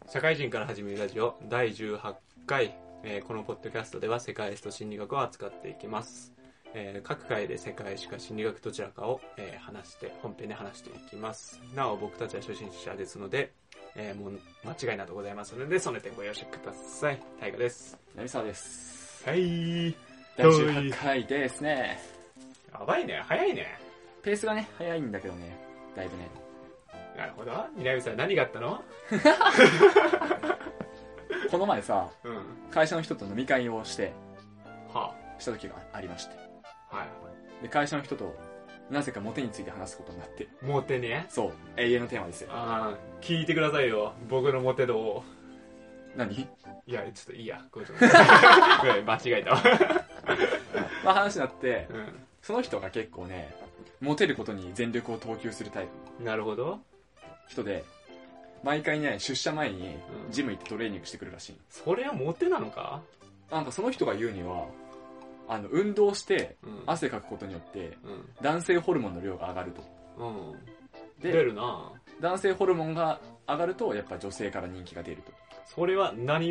社会人から始めるラジオ第18回、このポッドキャストでは世界史と心理学を扱っていきます。各回で世界史か心理学どちらかを、本編で話していきます。なお僕たちは初心者ですので、もう間違いなどございますので、その点ご容赦ください。大河です。 なみさわです。 はい。 第18回ですね。 やばいね、早いね。 ペースがね、早いんだけどね、だいぶね。 なるほど。南さん何があったの？ この前さ、会社の人と飲み会をして、した時がありまして。 はい。 で、会社の人と、なぜかモテについて話すことになって。 モテね。 そう、永遠のテーマですよ。 聞いてくださいよ。僕のモテ度を。 何？ いや、ちょっといいや。ごめん間違えたわ。 まあ話になって、その人が結構ね、モテることに全力を投球するタイプ。 なるほど。 人で、毎回ね、出社前にジム行ってトレーニングしてくるらしい。 それはモテなのか？ なんかその人が言うには、運動して汗かくことによって、男性ホルモンの量が上がると。 で、出るな。 男性ホルモンが上がると、やっぱ女性から人気が出ると。 それは何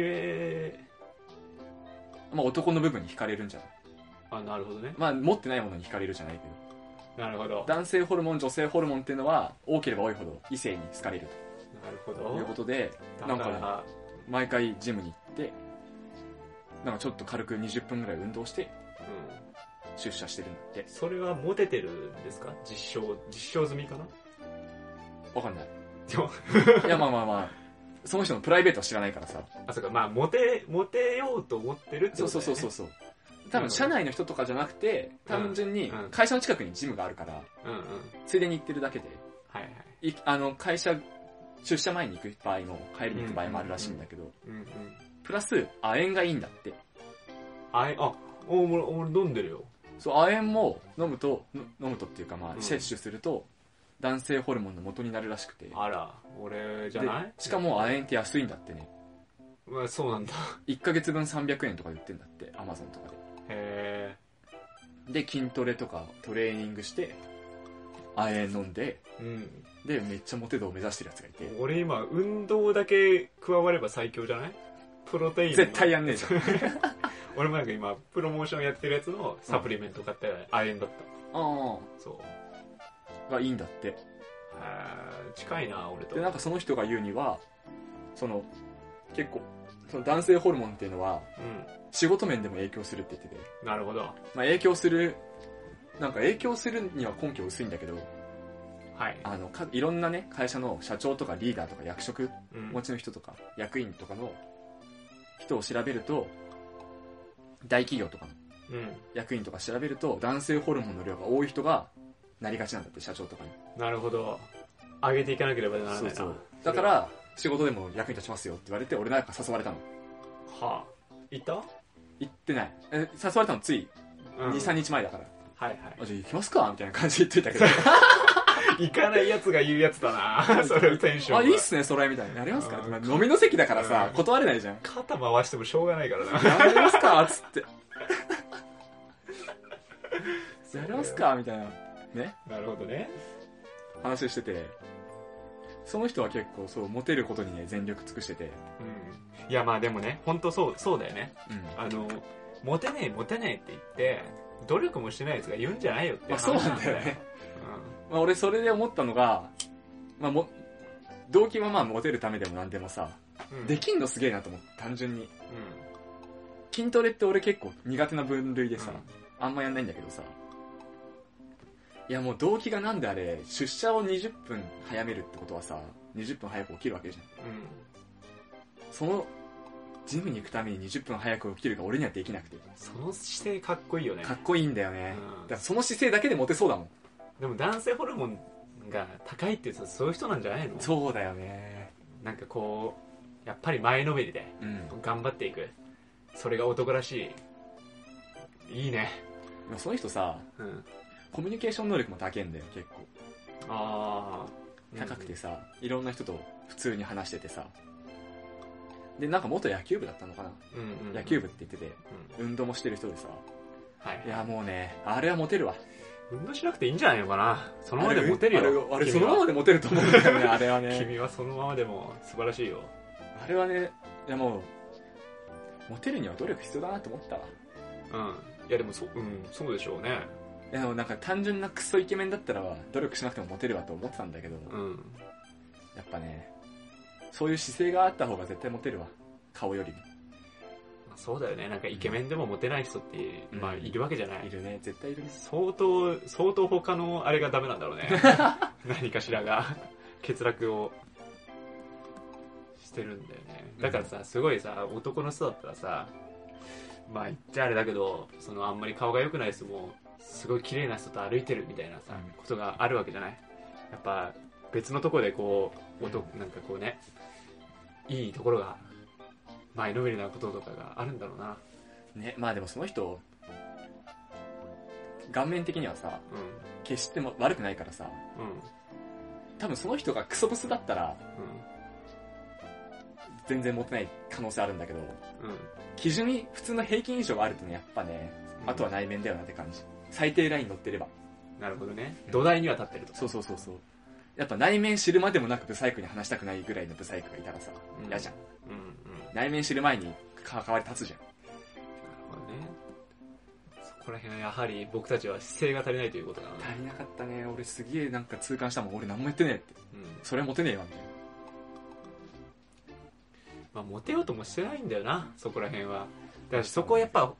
まあ男の部分に惹かれるんじゃない？ なるほどね。 まあ持ってないものに惹かれるじゃないけど。 なるほど。 男性ホルモン、女性ホルモンっていうのは多ければ多いほど異性に好かれると。なるほど。 いうことで、なんかね、毎回ジムに行って、なんかちょっと軽く20分ぐらい運動して、出社してるんだって。 それはモテてるんですか？実証済みかな？ わかんない。いやまあ、その人のプライベートは知らないからさ。 そうか、まあモテようと思ってるってことだよね。 そう。多分社内の人とかじゃなくて、単純に会社の近くにジムがあるから、ついでに行ってるだけで、会社出社前に行く場合も帰りに行く場合もあるらしいんだけど、プラス亜鉛がいいんだって。 俺飲んでるよ。 そう、亜鉛も飲むとっていうかまあ摂取すると男性ホルモンの元になるらしくて。 あら、俺じゃない？ しかも亜鉛って安いんだってね。 まあそうなんだ。 1ヶ月分300円とかで売ってんだって、アマゾンとかで。 へー。で、筋トレとかトレーニングして、亜鉛飲んで、で、めっちゃモテ度を目指してるやつがいて。 俺今、運動だけ加われば最強じゃない？プロテイン。 絶対やんねえじゃん。 俺もなんか今、プロモーションやってるやつのサプリメント買って亜鉛だった。そう。 がいいんだって。 近いな、俺と。 で、なんかその人が言うには、結構、その男性ホルモンっていうのは、仕事面でも影響するって言ってて。 なるほど。 まあ影響するには根拠薄いんだけど、 はい。 いろんなね、会社の社長とかリーダーとか役職持ちの人とか、役員とかの人を調べると、大企業とかの役員とか調べると、男性ホルモンの量が多い人がなりがちなんだって、社長とかに。 なるほど。上げていかなければならないな。 そう。だから、仕事でも役に立ちますよって言われて、俺なんか誘われたの。 はぁ。行った？ 行ってない。誘われたのつい、2、3日前だから。 はい。 じゃあ行きますかみたいな感じで言っといたけど。 行かないやつが言うやつだな。それテンション。 いいっすね、それ、みたいな。やりますか？飲みの席だからさ、断れないじゃん。 肩回してもしょうがないからな。 やりますかつって。やりますかみたいな。ね。 なるほどね。 話してて、その人は結構そう、モテることにね、全力尽くしてて。 いやまあでもね、ほんとそうだよね。モテねえって言って、努力もしてないやつが言うんじゃないよって話なんだよね。 まあ俺それで思ったのが、まあ動機はまあモテるためでもなんでもさ、できんのすげえなと思って、単純に。筋トレって俺結構苦手な分類でさ、あんまやんないんだけどさ、いやもう動機がなんであれ、出社を20分早めるってことはさ、20分早く起きるわけじゃん。その、ジムに行くために20分早く起きるが俺にはできなくて。 その姿勢かっこいいよね。 かっこいいんだよね。だからその姿勢だけでモテそうだもん。 でも男性ホルモンが高いって言うとそういう人なんじゃないの？ そうだよね。 なんかこう、やっぱり前のめりで、頑張っていく。それが男らしい。いいね。 でもその人さ、コミュニケーション能力も高いんだよ、結構。高くてさ、いろんな人と普通に話しててさ。で、なんか元野球部だったのかな、野球部って言ってて、運動もしてる人でさ。いやもうね、あれはモテるわ。 運動しなくていいんじゃないのかな。そのままでモテるよ。 あれそのままでモテると思うんだよね、あれはね。 君はそのままでも素晴らしいよ。 あれはね、いやもう、モテるには努力必要だなと思ったわ。 いやでもそうでしょうね。 いやでもなんか単純なクソイケメンだったら努力しなくてもモテるわと思ってたんだけど、やっぱね、そういう姿勢があった方が絶対モテるわ。顔よりも。 そうだよね。なんかイケメンでもモテない人って、まあいるわけじゃない。 いるね。絶対いるね。 相当他のあれがダメなんだろうね。何かしらが欠落をしてるんだよね。だからさ、すごいさ、男の人だったらさ、まあ言っちゃあれだけど、あんまり顔が良くない人もすごい綺麗な人と歩いてるみたいなさ、ことがあるわけじゃない。やっぱ別のところでこう、なんかこうね、いいところが前のめりなこととかがあるんだろうな。 ね、まあでもその人、顔面的にはさ、決しても悪くないからさ、多分その人がクソブスだったら、全然モテない可能性あるんだけど、基準に普通の平均以上あるとね、やっぱね、あとは内面だよなって感じ。最低ライン乗ってれば。 なるほどね。土台には立ってると。 そう。やっぱ内面知るまでもなくブサイクに話したくないぐらいのブサイクがいたらさ、嫌じゃん。内面知る前に関わり立つじゃん。 なるほどね。そこら辺はやはり僕たちは姿勢が足りないということだな。 足りなかったね。俺すげえなんか痛感したもん。俺何も言ってねえって。それモテねえわみたいな。 まあモテようともしてないんだよな、そこら辺は。だからそこはやっぱ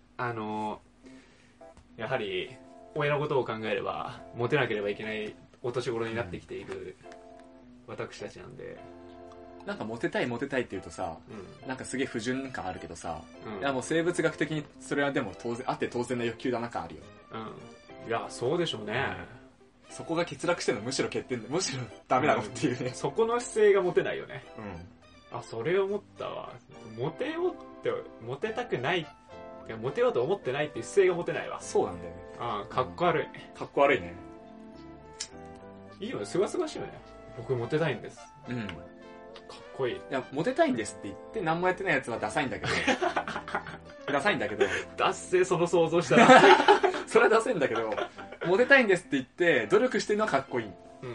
やはり親のことを考えればモテなければいけないお年頃になってきている私たちなんで、 なんかモテたいって言うとさ、なんかすげえ不純感あるけどさ、いやもう生物学的にそれはでも当然あって当然の欲求だな感あるよ。 いやそうでしょうね。 そこが欠落してるのむしろ欠点で、むしろダメだろっていうね。 そこの姿勢がモテないよね。それを思ったわ。モテたくない、モテようと思ってないっていう姿勢がモテないわ。 そうなんだよね。 かっこ悪い。 かっこ悪いね。 いいよね、すがすがしいよね。僕モテたいんです。かっこいい。いや、モテたいんですって言って何もやってないやつはダサいんだけど。ダサいんだけど。 ダッセーその想像したら。 それはダセいんだけど、モテたいんですって言って努力してるのはかっこいい。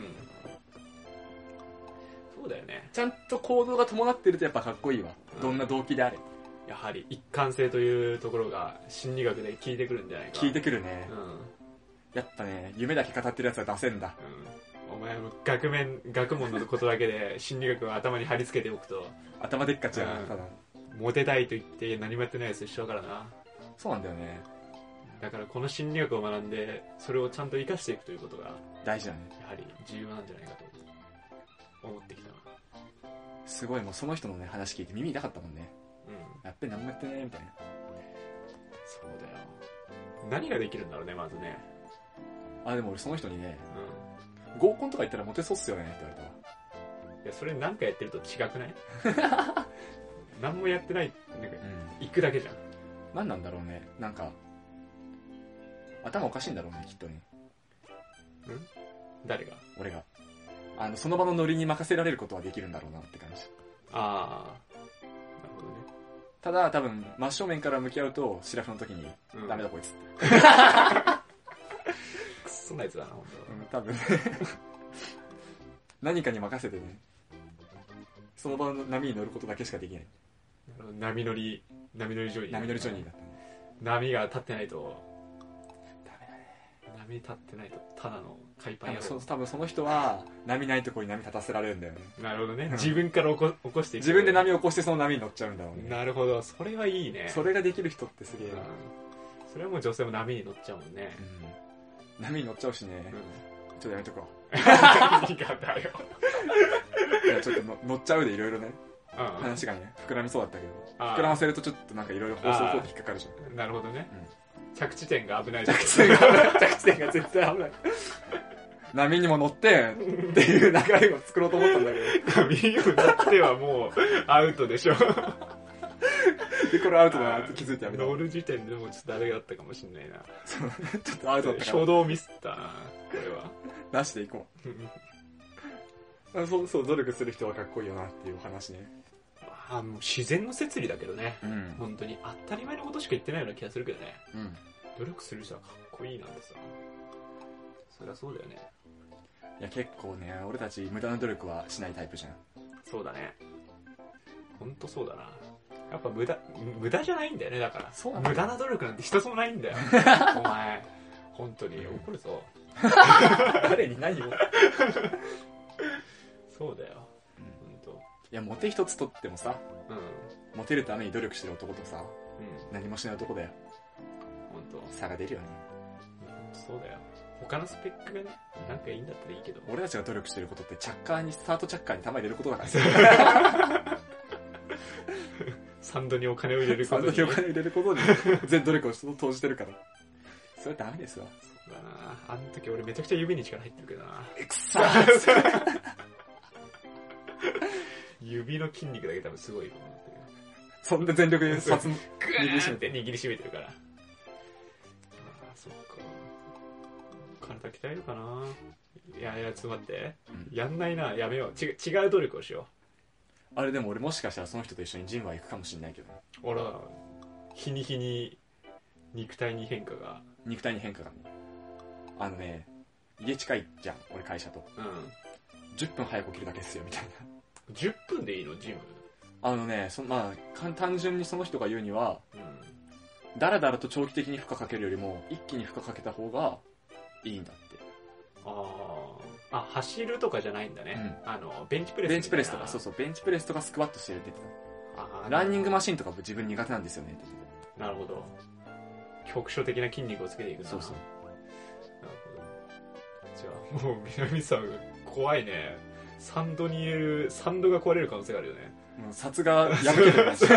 そうだよね。 ちゃんと行動が伴ってるとやっぱかっこいいわ。どんな動機であれ。 やはり一貫性というところが心理学で効いてくるんじゃないか。 効いてくるね。やっぱね、夢だけ語ってるやつは出せんだ。 お前も学問のことだけで心理学を頭に貼り付けておくと頭でっかちやな、ただモテたいと言って何もやってないやつと一緒だからな。 そうなんだよね。 だからこの心理学を学んでそれをちゃんと生かしていくということが大事だね。 やはり重要なんじゃないかと思ってきたな。 すごい、もうその人のね話聞いて耳痛かったもんね。やっぱり何もやってねみたいな。 そうだよ。何ができるんだろうね、まずね。 でも俺その人にね、合コンとか行ったらモテそうっすよねって言われたわ。 いや、それなんかやってると違くない？何もやってない、なんか、行くだけじゃん。 何なんだろうね。なんか、頭おかしいんだろうね、きっとね。 誰が？ 俺が。その場のノリに任せられることはできるんだろうなって感じ。 なるほどね。 ただ、多分、真正面から向き合うと、シラフの時に、ダメだこいつって。 くっそなやつだな、ほんと。 多分ね。何かに任せてね、その場の波に乗ることだけしかできない。 波乗りジョニー。 波乗りジョニーだったね。 波が立ってないと、 ダメだね。 波立ってないと、ただの海パンやろ。 多分その人は、波ないところに波立たせられるんだよね。 なるほどね。自分から起こしていく。 自分で波を起こしてその波に乗っちゃうんだろうね。 なるほど。それはいいね。 それができる人ってすげえな。 それはもう女性も波に乗っちゃうもんね。 波に乗っちゃうしね。ちょっとやめとこう。 何がだよ。 いや、ちょっと乗っちゃうでいろいろね。話がね、膨らみそうだったけど。膨らませるとちょっとなんかいろいろ放送法で引っかかるじゃん。 なるほどね。着地点が危ない。 着地点が絶対危ない。波にも乗ってっていう流れを作ろうと思ったんだけど。波にも乗ってはもうアウトでしょ。 で、これアウトだなって気づいてやめた。 乗る時点でもうちょっとダメだったかもしんないな。 ちょっとアウトだったから。 初動ミスったな、これは。 出していこう。そう、努力する人はかっこいいよなっていうお話ね。 もう自然の摂理だけどね。本当に当たり前のことしか言ってないような気がするけどね。努力する人はかっこいいなんてさ。そりゃそうだよね。 いや、結構ね、俺たち無駄な努力はしないタイプじゃん。 そうだね。 んとそうだな。やっぱ無駄じゃないんだよね、だから。 そうなんだよ無駄な努力なんて一つもないんだよ。お前、本当に怒るぞ。 誰に何をそうだよ。 いや、モテ一つとってもさ、 うん。 モテるために努力してる男とさ、 うん。 何もしない男だよ。 本当。 差が出るよね。 そうだよ。他のスペックがね、なんかいいんだったらいいけど。 俺たちが努力してることってスタートチャッカーに玉入れることだからね。 サンドにお金を入れることに。 サンドにお金入れることに全努力を投じてるから。それダメですわ。 そうだな。あの時俺めちゃくちゃ指に力入ってるけどな。 くそー指の筋肉だけ多分すごいと思ってる。 そんな全力でグーって握りしめてるから。ああ、そっか。体鍛えるかな。いや、ちょっと待って。やんないな。やめよう。違う努力をしよう。あれでも俺もしかしたらその人と一緒にジムは行くかもしれないけどね。 俺は、日に日に肉体に変化が。 肉体に変化がね。あのね、家近いじゃん、俺会社と。 うん。 10分早く起きるだけですよ、みたいな。 10分でいいのジム。 あのね、まあ、単純にその人が言うには、だらだらと長期的に負荷かけるよりも、一気に負荷かけた方がいいんだって。 あ、走るとかじゃないんだね。ベンチプレス。 ベンチプレスとか、そうそう、ベンチプレスとかスクワットしてるって言ってた。ランニングマシンとか自分苦手なんですよね、って言ってた。なるほど。局所的な筋肉をつけていくんだ。 そうそう。 なるほど。じゃあ、もう南さん、怖いね。サンドに入れる、サンドが壊れる可能性があるよね。 もう札が破けてる感じ。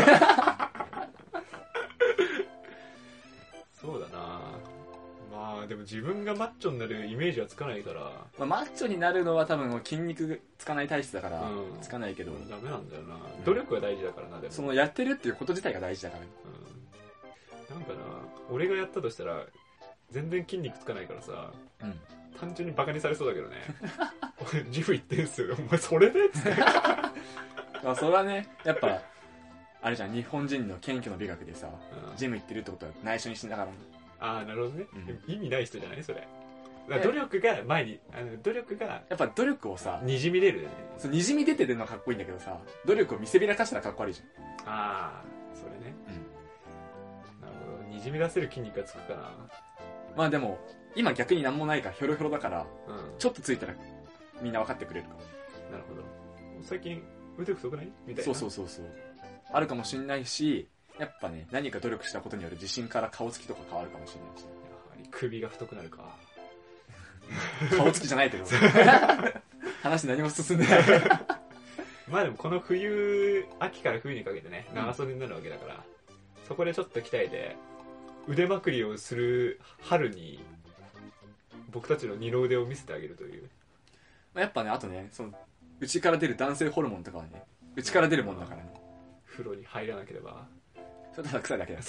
そうだな。まあでも自分がマッチョになるイメージはつかないから。 まあ、マッチョになるのは多分筋肉つかない体質だから、つかないけど。 ダメなんだよな。努力が大事だからな、でも。 そのやってるっていうこと自体が大事だから。 なんかな、俺がやったとしたら、全然筋肉つかないからさ、単純にバカにされそうだけどね。俺、ジム行ってんすよ。お前、それでっつって。 まあ、それはね、やっぱ、あれじゃん、日本人の謙虚の美学でさ、ジム行ってるってことは内緒にしながら。 ああ、なるほどね。意味ない人じゃないそれ。努力が前に、努力が、 やっぱ努力をさ、 にじみ出るよね。 そう、にじみ出てるのはかっこいいんだけどさ、努力を見せびらかしたらかっこ悪いじゃん。ああ、それね。なるほど。にじみ出せる筋肉がつくかな。 まあでも、今逆になんもないからヒョロヒョロだから、ちょっとついたらみんな分かってくれるかも。 なるほど。最近腕太くないみたいな。そう。あるかもしんないし、やっぱね、何か努力したことによる自信から顔つきとか変わるかもしれないし。やはり首が太くなるか。 顔つきじゃないけど。話何も進んでない。 まあでもこの秋から冬にかけてね、長袖になるわけだから、そこでちょっと鍛えて、腕まくりをする春に、僕たちの二の腕を見せてあげるという。 やっぱね、あとね、内から出る男性ホルモンとかはね、内から出るもんだからね。 風呂に入らなければ。 それただ臭いだけだ。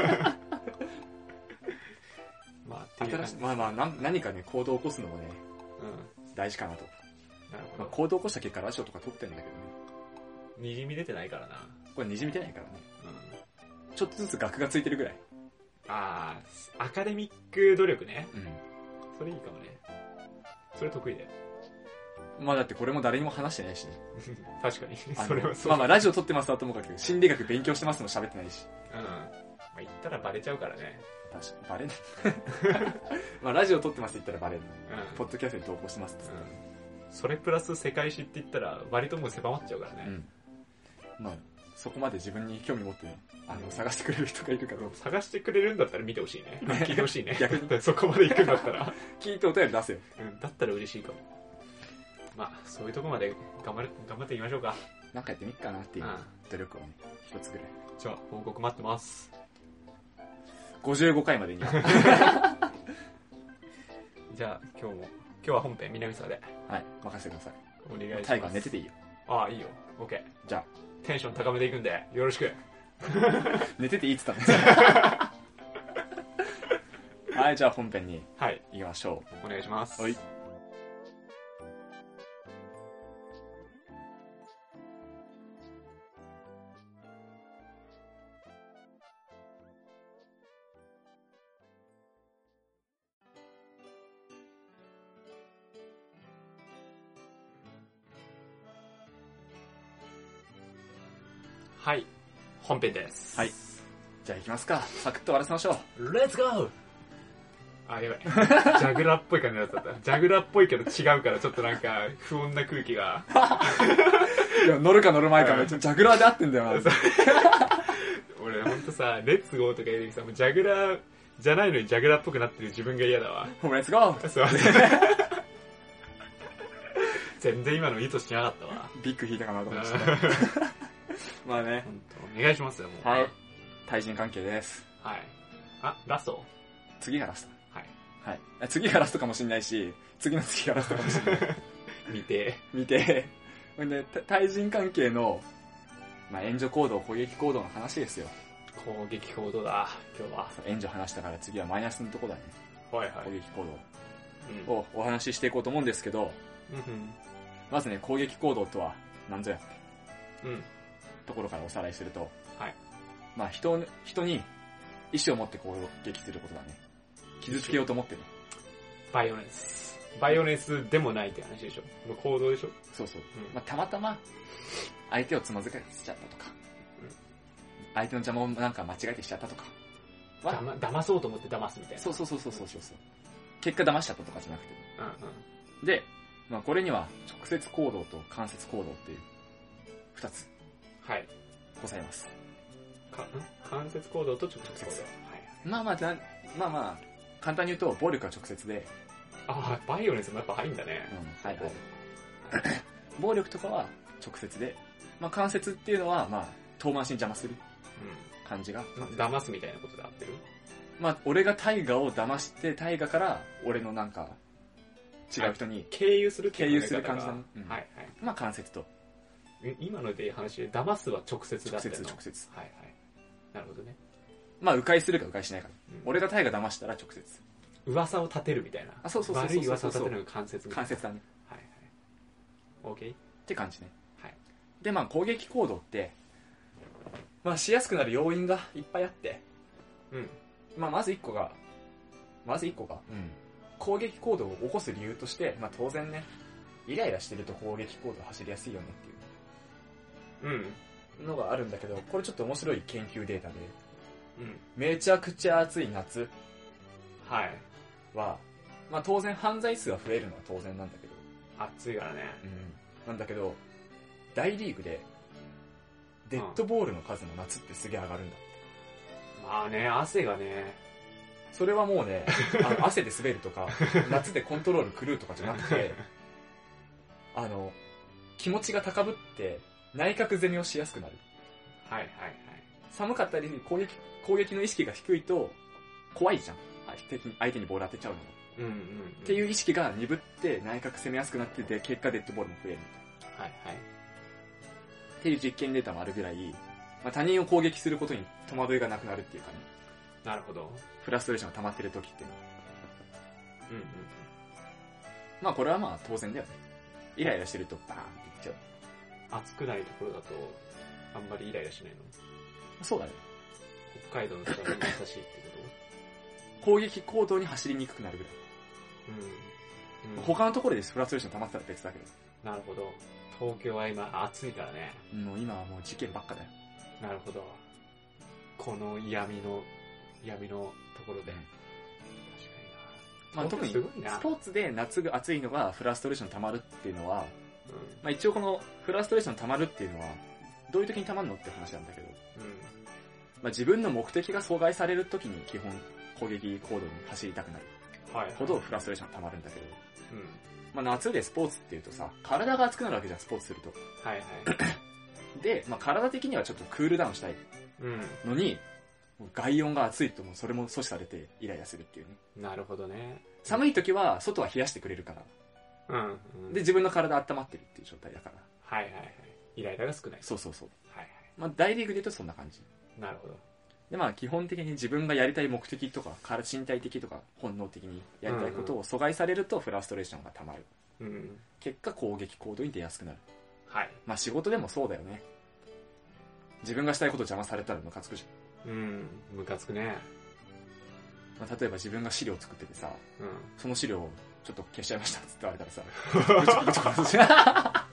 まあ、何かね、行動を起こすのもね、大事かなと。 なるほど。 行動を起こした結果ラジオとか撮ってんだけどね。 にじみ出てないからな。 これにじみ出ないからね。ちょっとずつ額がついてるぐらい。 ああ、アカデミック努力ね。それいいかもね。それ得意だよ。 まあだってこれも誰にも話してないしね。 確かに。それはそう。 まあラジオ撮ってますともかく心理学勉強してますの喋ってないし。 まあ言ったらバレちゃうからね。 確かに。バレない。まあラジオ撮ってますって言ったらバレる。ポッドキャストに投稿してますって言ったら。 それプラス世界史って言ったら割ともう狭まっちゃうからね。 まあ、そこまで自分に興味持ってね、探してくれる人がいるから。 探してくれるんだったら見てほしいね。聞いてほしいね。逆に。そこまで行くんだったら。 聞いてお便り出せよ。 だったら嬉しいかも。まあ、そういうとこまで頑張っていきましょうか。 なんかやってみっかなっていう努力をね、一つぐらい。 じゃあ、報告待ってます。 55回までに。 じゃあ、今日は本編、南沢で。 はい、任せてください。 お願いします。 タイガー寝てていいよ。 ああ、いいよ。OK。 じゃあ。 テンション高めていくんで、よろしく。 寝てていいって言ったの。はい、じゃあ本編に行きましょう。お願いします。 はい。 はい。本編です。 はい。じゃあ行きますか。サクッと終わらせましょう。 レッツゴー。あ、やばい。ジャグラーっぽい感じになっちゃった。ジャグラーっぽいけど違うからちょっとなんか不穏な空気が。 いや、乗るか乗る前かめっちゃジャグラーで合ってんだよな。 俺ほんとさ、レッツゴーとか言う時さ、もうジャグラーじゃないのにジャグラーっぽくなってる自分が嫌だわ。 レッツゴー。 そう。全然今の意図しなかったわ。 ビッグ引いたかなと思って。まあね。 お願いしますよ、もう。 はい。対人関係です。 はい。あ、ラスト？ 次がラスト。 はい。 はい。次がラストかもしれないし、次の次がラストかもしれない。 見て。 ほんで、対人関係の、まあ、援助行動、攻撃行動の話ですよ。 攻撃行動だ、今日は。 援助話したから次はマイナスのとこだね。 はいはい。 攻撃行動をお話ししていこうと思うんですけど、まずね、攻撃行動とは何ぞやって、ところからおさらいすると、 はい。 まあ人に意志を持って攻撃することだね。傷つけようと思ってね。 バイオネスでもないって話でしょ。行動でしょ。 そうそう。まあたまたま相手をつまずかせちゃったとか、相手の邪魔をなんか間違えてしちゃったとか。 騙そうと思って騙すみたいな。 そう。結果騙しちゃったとかじゃなくて。で、まあこれには直接行動と間接行動っていう二つ。 はい。 ございます。 間接行動と直接行動。はい。 まあ、簡単に言うと暴力は直接で。 ああ、バイオレンスもやっぱ入んだね。 はい。暴力とかは直接で、まあ間接っていうのは、まあ、遠回しに邪魔する感じが。 騙すみたいなことで合ってる？ まあ、俺がタイガを騙して、タイガから俺のなんか、違う人に経由する感じだね。はいはい。まあ間接と。 今ので話で、騙すは直接だったの？ 直接。 はいはい。なるほどね。 まあ、迂回するか迂回しないか。俺がタイガ騙したら直接。 噂を立てるみたいな。 そう。 悪い噂を立てるのが間接みたいな。 間接だね。 はいはい。OK？ って感じね。 はい。 で、まあ攻撃行動って、まあしやすくなる要因がいっぱいあって、まあまず1個が、攻撃行動を起こす理由として、まあ当然ね、イライラしてると攻撃行動走りやすいよねっていうのがあるんだけど、これちょっと面白い研究データで、めちゃくちゃ暑い夏は、まあ当然犯罪数が増えるのは当然なんだけど、 暑いからね。 なんだけど、大リーグで、デッドボールの数の夏ってすげえ上がるんだって。 まあね、汗がね。 それはもうね、汗で滑るとか、夏でコントロール狂うとかじゃなくて、気持ちが高ぶって、内角攻めをしやすくなる。 はい。 寒かったり、攻撃の意識が低いと、怖いじゃん。相手にボール当てちゃうのも。っていう意識が鈍って、内角攻めやすくなってて、結果デッドボールも増えるみたいな。はい。っていう実験データもあるぐらい、まあ、他人を攻撃することに戸惑いがなくなるっていうかね。 なるほど。 フラストレーションが溜まってる時っていうのは。まあこれはまあ当然だよね。イライラしてるとバーンっていっちゃう。 暑くないところだと、あんまりイライラしないの？ そうだね。 北海道の人は優しいってこと？攻撃行動に走りにくくなるぐらい。他のところでフラストレーション溜まってたら別だけど。 なるほど。東京は今暑いからね。 もう今はもう事件ばっかだよ。 なるほど。この闇のところで。確かにな。 まあ特にスポーツで夏が暑いのがフラストレーション溜まるっていうのは、まあ一応このフラストレーション溜まるっていうのは、どういう時に溜まるのって話なんだけど、まあ自分の目的が阻害される時に基本攻撃行動に走りたくなるほどフラストレーション溜まるんだけど、まあ夏でスポーツっていうとさ、体が熱くなるわけじゃん、スポーツすると。で、まあ体的にはちょっとクールダウンしたいのに、外温が暑いともうそれも阻止されてイライラするっていうね。 なるほどね。 寒い時は外は冷やしてくれるから。で、自分の体温まってるっていう状態だから。 イライラが少ない。 そう。まあ大リーグで言うとそんな感じ。 なるほど。 で、まあ基本的に自分がやりたい目的とか、身体的とか本能的にやりたいことを阻害されるとフラストレーションが溜まる。結果攻撃行動に出やすくなる。まあ仕事でもそうだよね。自分がしたいこと邪魔されたらムカつくじゃん。 ムカつくね。 まあ例えば自分が資料作っててさ、その資料をちょっと消しちゃいましたっつって言われたらさ、ぶち殺すじゃん。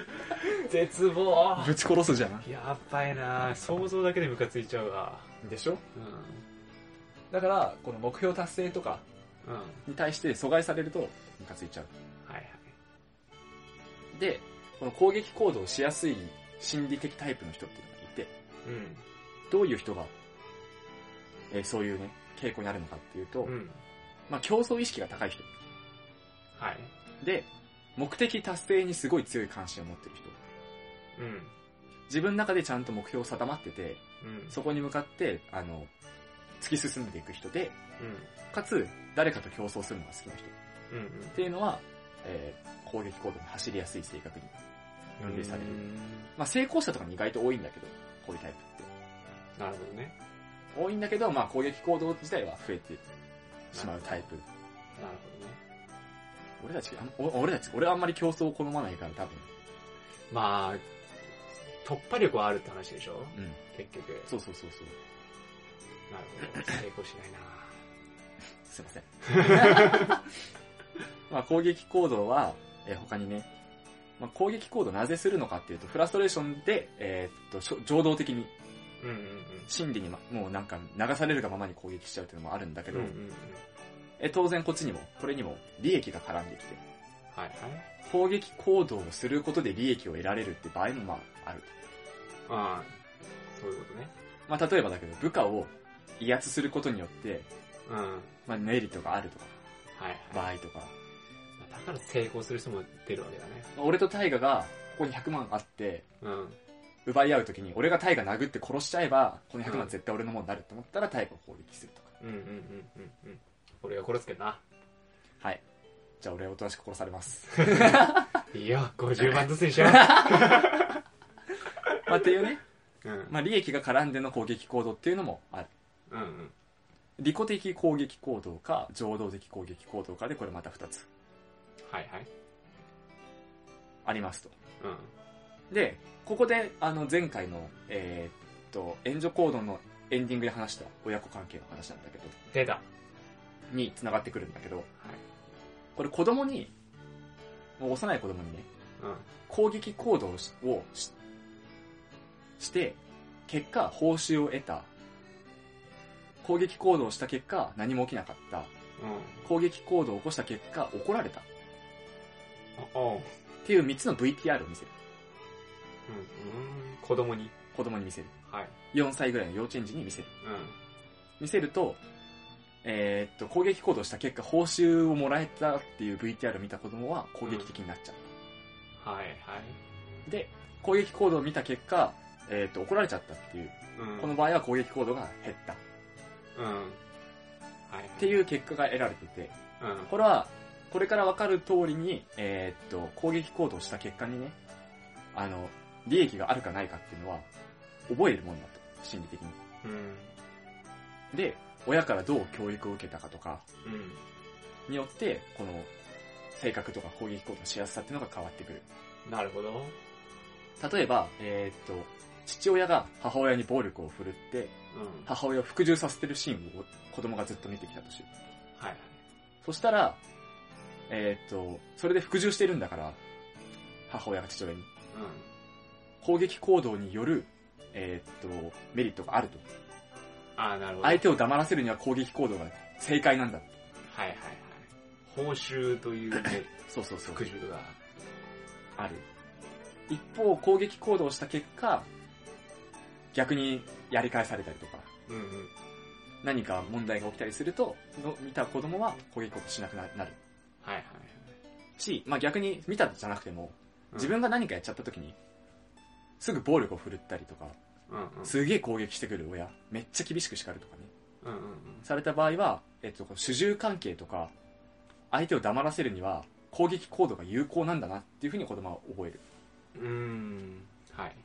絶望。 ぶち殺すじゃん。 やっばいな。想像だけでムカついちゃうわ。 でしょ？ うだから、この目標達成とかん。うん。 に対して阻害されるとムカついちゃう。 はいはい。 で、この攻撃行動をしやすい心理的タイプの人っていうのがいて、どういう人が、そういうね、傾向にあるのかっていうと、 うん。うん。 まあ競争意識が高い人。 はい。 で、目的達成にすごい強い関心を持ってる人。 うん。 自分の中でちゃんと目標定まってて、 うん。 そこに向かって、突き進んでいく人で、 うん。 かつ、誰かと競争するのが好きな人。 うん。 っていうのは、攻撃行動に走りやすい性格に分類される。まあ成功者とかに意外と多いんだけど、こういうタイプって。 なるほどね。 多いんだけど、まあ攻撃行動自体は増えてしまうタイプ。 なるほど俺はあんまり競争を好まないから多分。 まあ、突破力はあるって話でしょ？ うん。 結局。 そうそうそうそう。 なるほど。成功しないな。 すいません。まあ攻撃行動は、他にね、まあ、攻撃行動なぜするのかっていうと、フラストレーションで、情動的に、 うんうんうん。 心理にもうなんか流されるがままに攻撃しちゃうっていうのもあるんだけど、 うんうんうん。 当然こっちにも、これにも利益が絡んできて、 はいはい。 攻撃行動をすることで利益を得られるって場合もまあある。 ああ、そういうことね。 まあ例えばだけど、部下を威圧することによって、 うん。はいまあメリットがあるとか、 はい。 場合とか、 だから成功する人も出るわけだね。 俺とタイガがここに100万あって、 うん。 奪い合うときに、俺がタイガ殴って殺しちゃえば、この100万絶対俺のものになるって思ったら、タイガを攻撃するとか。 うんうんうんうんうん。俺が殺すけどな。 はい。じゃあ俺はおとなしく殺されます。 いいよ、50万ずつにしよう。 まあっていうね、 うん。 まあ利益が絡んでの攻撃行動っていうのもある。 うんうん。 利己的攻撃行動か、情動的攻撃行動かで、これまた2つはいはい。 ありますと。 うん。 で、ここで、前回の、援助行動のエンディングで話した親子関係の話なんだけど、 出た。 に繋がってくるんだけど、 はい。 これ子供に、もう幼い子供にね、 うん。 攻撃行動をして、結果、報酬を得た。攻撃行動をした結果、何も起きなかった。 うん。 攻撃行動を起こした結果、怒られた。っおう。 ていう3つの VTR を見せる。 うん。子供に。 子供に見せる。 はい。 4歳ぐらいの幼稚園児に見せる。 うん。 見せると、攻撃行動した結果、報酬をもらえたっていう VTR を見た子供は攻撃的になっちゃう。 はいはい。 で、攻撃行動を見た結果、怒られちゃったっていう。 うん。 この場合は攻撃行動が減った。 うん。はいはい。 っていう結果が得られてて、 うん。 これは、これからわかる通りに、攻撃行動した結果にね、利益があるかないかっていうのは、覚えるもんだと、心理的に。 うん。 で、親からどう教育を受けたかとか、 うん。 によって、この、性格とか攻撃行動のしやすさっていうのが変わってくる。 なるほど。 例えば、父親が母親に暴力を振るって、 うん。 母親を服従させてるシーンを子供がずっと見てきたとしよう。 はいはい。 そしたら、それで服従してるんだから、母親が父親に。 うん。 攻撃行動による、メリットがあると。 ああ、なるほど。 相手を黙らせるには攻撃行動が正解なんだ。 はいはいはい。報酬というね、 そうそうそう。 服従が。 ある。一方、攻撃行動をした結果、逆にやり返されたりとか、 うんうん。 何か問題が起きたりすると、見た子供は攻撃行動しなくなる。 はいはいし、まあ逆に見たじゃなくても、自分が何かやっちゃった時に、すぐ暴力を振るったりとか、 うんうん。 すげえ攻撃してくる親、めっちゃ厳しく叱るとかね、 うんうんうん。 された場合は、主従関係とか、相手を黙らせるには、攻撃行動が有効なんだなっていうふうに子供は覚える。 はい。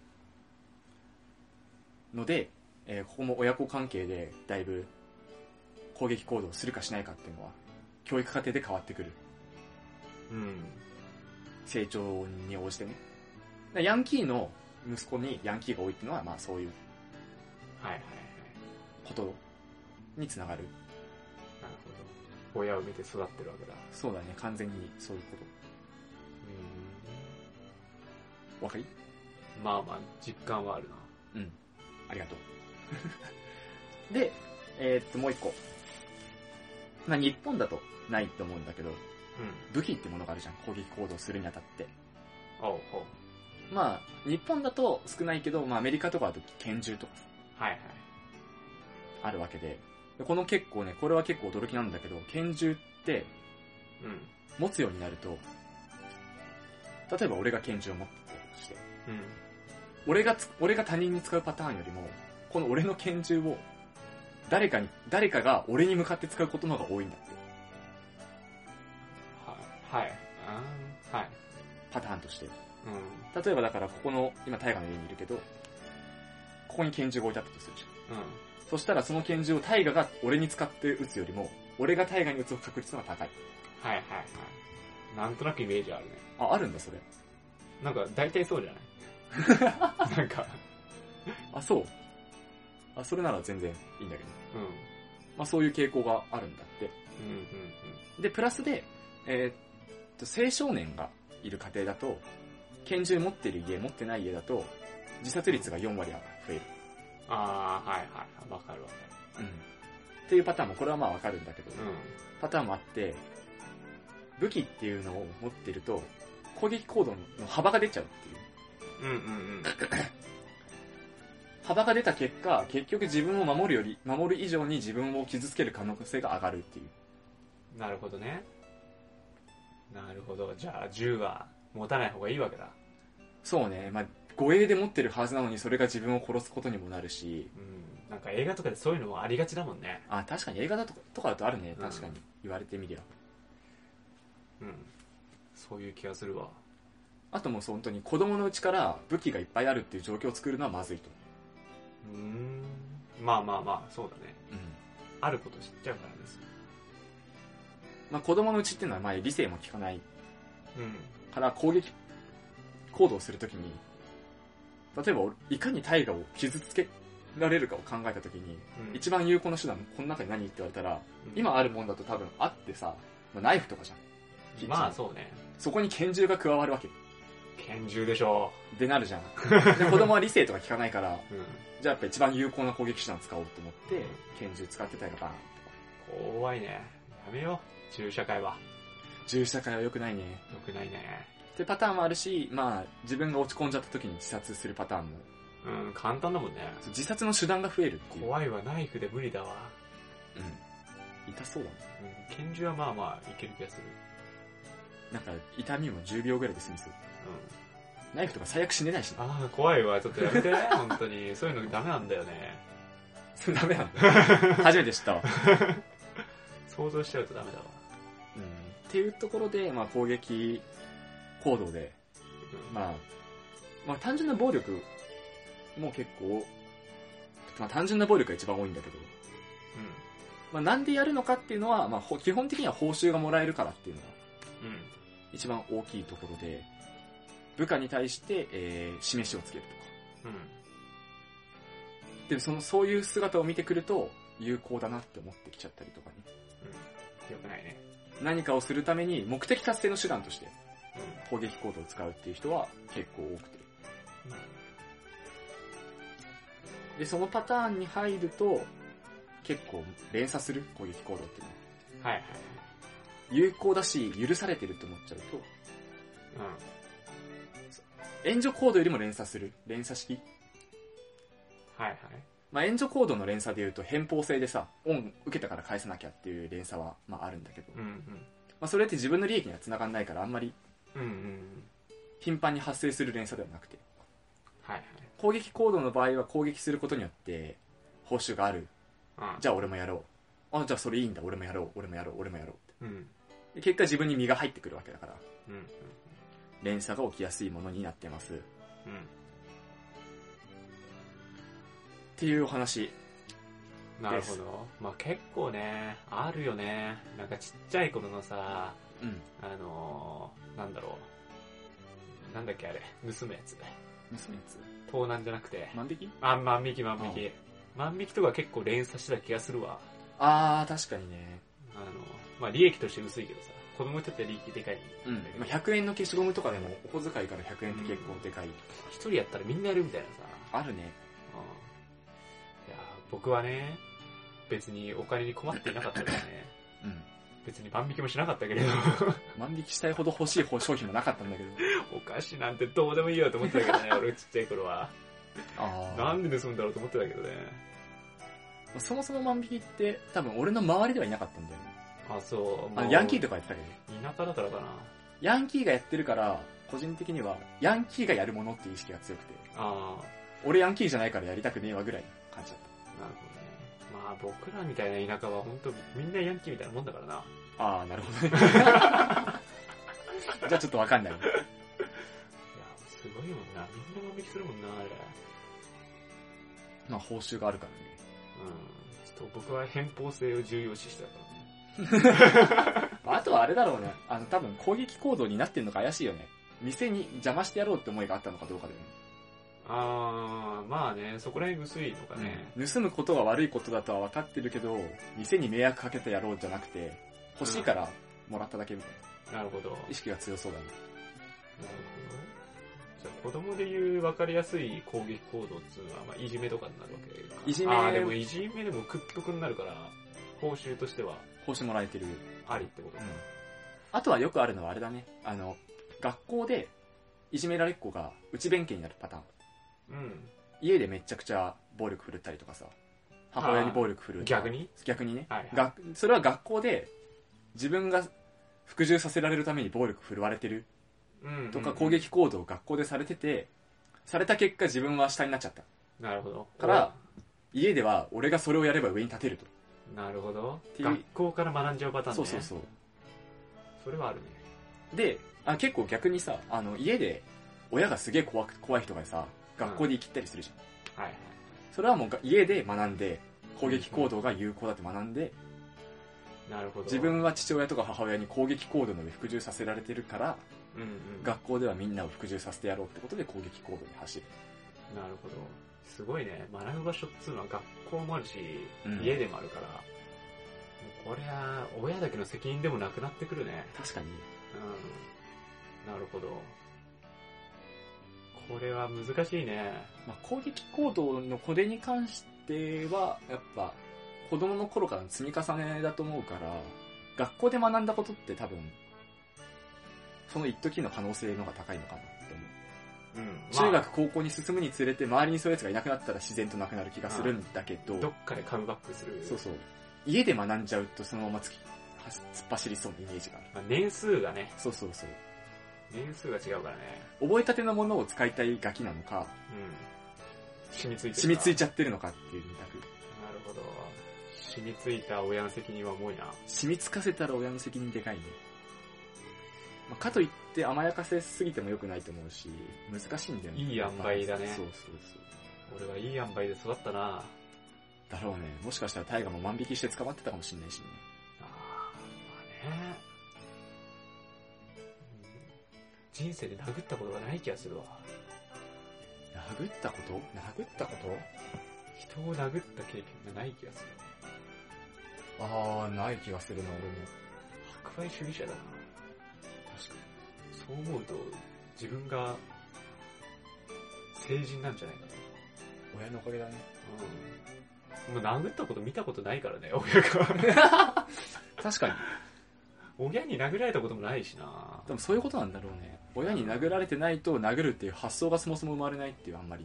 ので、ここも親子関係でだいぶ攻撃行動をするかしないかっていうのは、教育過程で変わってくる。 うん。 成長に応じてね。ヤンキーの息子にヤンキーが多いっていうのは、まあそういうはいはいはい。 ことにつながる。 なるほど。親を見て育ってるわけだ。 そうだね、完全にそういうこと。 わかり？ まあまあ、実感はあるな。 うん。ありがとう。で、もう一個。まあ日本だとないと思うんだけど、 うん。 武器ってものがあるじゃん。攻撃行動するにあたって。 おうほう。 まあ、日本だと少ないけど、まあアメリカとかだと拳銃とかはいはい。 あるわけで、この結構ね、これは結構驚きなんだけど、拳銃ってうん。 持つようになると、例えば俺が拳銃を持ってたとして、 うん。 俺が他人に使うパターンよりも、この俺の拳銃を誰かが俺に向かって使うことの方が多いんだって。 はい。はい。 パターンとして。 うん。 例えばだからここの、今タイガの家にいるけど、ここに拳銃が置いてあったとするじゃん。 うん。 そしたらその拳銃をタイガが俺に使って撃つよりも、俺がタイガに撃つ確率の方が高い。 はいはいはい。なんとなくイメージあるね。 あ、あるんだそれ。 なんか大体そうじゃないなんか。 あ、そう。あ、それなら全然いいんだけど。 うん。 まあそういう傾向があるんだって。 うんうんで、プラスで、青少年がいる家庭だと、拳銃持ってる家、持ってない家だと、自殺率が4割は増える。 ああ、はいはい。わかるわかうん。っていうパターンも、これはまあわかるんだけど、 る。 パターンもあって、武器っていうのを持ってると、攻撃行動の幅が出ちゃうっていう。 うん。うんうんうん。 幅が出た結果、結局自分を守る以上に自分を傷つける可能性が上がるっていう。 なるほどね。なるほど。じゃあ、銃は持たない方がいいわけだ。 そうね。まあ、護衛で持ってるはずなのにそれが自分を殺すことにもなるし。 うん。なんか映画とかでそういうのもありがちだもんね。 あ、確かに映画だとかだとあるね。 うん確かに。言われてみりゃ。 うん。そういう気がするわ。 あともう本当に子供のうちから武器がいっぱいあるっていう状況を作るのはまずいと。 まあまあまあ、そうだね。 うん。 あること知っちゃうからです。 まあ子供のうちっていうのはまあ理性も効かないうん。 から攻撃行動をするときに、例えばいかに大河を傷つけられるかを考えたときに、 うん、 一番有効な手段、この中に何って言われたら、 うん、 今あるもんだと多分あってさ、まあ、ナイフとかじゃん。 まあそうね。 そこに拳銃が加わるわけ。 拳銃でしょでなるじゃん。で子供は理性とか効かないから、 う。うん。 じゃあやっぱ一番有効な攻撃手段を使おうと思って、拳銃使ってたりとか。 怖いね。やめよう。銃社会は。 銃社会は良くないね。 良くないね。 ってパターンもあるし、まあ自分が落ち込んじゃった時に自殺するパターンも。 うん、簡単だもんね。 自殺の手段が増えるっていう。 怖いわ、ナイフで無理だわ。 うん。痛そうだね。 うん、拳銃はまあまあいける気がする。 なんか痛みも10秒ぐらいで済みそう。 うん。 ナイフとか最悪死ねないしね。 ああ、怖いわ。ちょっとやめて。本当に。そういうのダメなんだよね。 それダメなんだ。初めて知ったわ。 想像しちゃうとダメだわ。 うん。っていうところで、まあ攻撃行動で、 うん、 まあ単純な暴力も結構、まあ単純な暴力が一番多いんだけど、まあなんでやるのかっていうのは、まあ基本的には報酬がもらえるからっていうのが、一番大きいところで、部下に対して、示しをつけるとか。で、そういう姿を見てくると、有効だなって思ってきちゃったりとかね。 よくないね。 何かをするために目的達成の手段として、攻撃行動を使うっていう人は結構多くて。で、そのパターンに入ると、結構連鎖する攻撃行動っていうのは。 はいはい。 有効だし、許されてるって思っちゃうと、援助コードよりも連鎖する。連鎖式。 はいはい。 まあ援助コードの連鎖で言うと偏方性でさ、恩受けたから返さなきゃっていう連鎖はまああるんだけど、まあそれって自分の利益には繋がんないからあんまり頻繁に発生する連鎖ではなくて、 はいはい。 攻撃行動の場合は攻撃することによって報酬がある。じゃあ俺もやろう。あ、じゃあそれいいんだ。俺もやろう。俺もやろう。俺もやろう。で結果自分に身が入ってくるわけだから、連鎖が起きやすいものになってます。っていうお話。 なるほど。まあ結構ね、あるよね。なんかちっちゃい頃のさ、なんだろう。なんだっけあれ。盗むやつ。 盗むやつ盗難じゃなくて。 万引き？ 万引き。万引きとか結構連鎖してた気がするわ。 あー、確かにね。 まあ利益として薄いけどさ。 子供にとっては利益でかい。 うん。まあ、100円の消しゴムとかでも、お小遣いから100円って結構でかい。 一人やったらみんなやるみたいなさ。 あるね。 いや僕はね、別にお金に困っていなかったからね。 うん。 別に万引きもしなかったけれど。 万引きしたいほど欲しい商品もなかったんだけど。 お菓子なんてどうでもいいよと思ってたけどね、俺ちっちゃい頃は。 ああ。 なんで盗んだろうと思ってたけどね。 そもそも万引きって多分俺の周りではいなかったんだよね。 あ、そう。 ヤンキーとかやってたけど。 田舎だからかな。 ヤンキーがやってるから、個人的には、ヤンキーがやるものっていう意識が強くて。 ああ。 俺ヤンキーじゃないからやりたくねえわぐらいの感じだっなるほどね。まあ僕らみたいな田舎は本当みんなヤンキーみたいなもんだからな。 た。ああ、なるほどね。じゃあちょっとわかんない。いや、 すごいもんな。みんな万引きするもんな、あれ。 まあ報酬があるからね。 うん。ちょっと僕は偏方性を重要視してたからね。 あとはあれだろうね。多分攻撃行動になってんのか怪しいよね。店に邪魔してやろうって思いがあったのかどうかだよね。 あー、まあね、そこら辺薄いのかね。 盗むことは悪いことだとは分かってるけど、店に迷惑かけてやろうじゃなくて、欲しいからもらっただけみたいな。 なるほど。 意識が強そうだね。 なるほど。じゃあ子供で言う分かりやすい攻撃行動っていうのは、まあ、いじめとかになるわけか。 いじめでもいじめでも屈服になるから、報酬としては報酬もらえてる。 ありってことか。 あとはよくあるのはあれだね。学校でいじめられっ子が内弁慶になるパターン。 うん。 家でめちゃくちゃ暴力振るったりとかさ。母親に暴力振る。 逆にね、 はいそれは学校で自分が服従させられるために暴力振るわれてるとか攻撃行動を学校でされてて、された結果自分は下になっちゃった。 なるほど。 から家では俺がそれをやれば上に立てると。 なるほど。学校から学んじゃうパターンね。 そう。 それはあるね。 で、結構逆にさ、家で親がすげえ怖い人がさ、学校で生きったりするじゃん。 はいはい。 それはもう家で学んで、攻撃行動が有効だって学んで、 なるほど。 自分は父親とか母親に攻撃行動の上服従させられてるから、学校ではみんなを服従させてやろうってことで攻撃行動に走る。 なるほど。すごいね。学ぶ場所っつうのは学校もあるし、家でもあるから、もうこれは親だけの責任でもなくなってくるね。 確かに。 なるほど。これは難しいね。 まあ、攻撃行動のこれに関しては、やっぱ、子供の頃からの積み重ねだと思うから、学校で学んだことって多分、その一時の可能性の方が高いのかなって思う。中学、高校に進むにつれて、周りにそういうやつがいなくなったら自然となくなる気がするんだけど、 どっかでカムバックする。 そう。家で学んじゃうとそのまま突っ走りそうなイメージがある。 まあ、年数がね。 そう。 年数が違うからね。 覚えたてのものを使いたいガキなのか、 染みついちゃってるのかっていう二択。 なるほど。染みついた親の責任は重いな。 染みつかせたら親の責任でかいね。まあ、かといって甘やかせすぎても良くないと思うし、難しいんだよね。 いい塩梅だね。 そう。 俺はいい塩梅で育ったな。 だろうね。もしかしたらタイガも万引きして捕まってたかもしれないしね。 まあね。人生で殴ったことがない気がするわ。 殴ったこと人を殴った経験がない気がする。 ない気がするな、俺も。 博愛主義者だな。 確かに。 そう思うと、自分が、成人なんじゃないかな。 親のおかげだね。 もう殴ったこと見たことないからね、親が。 確かに。 親に殴られたこともないしな。 でもそういうことなんだろうね。親に殴られてないと殴るっていう発想がそもそも生まれないっていうあんまり。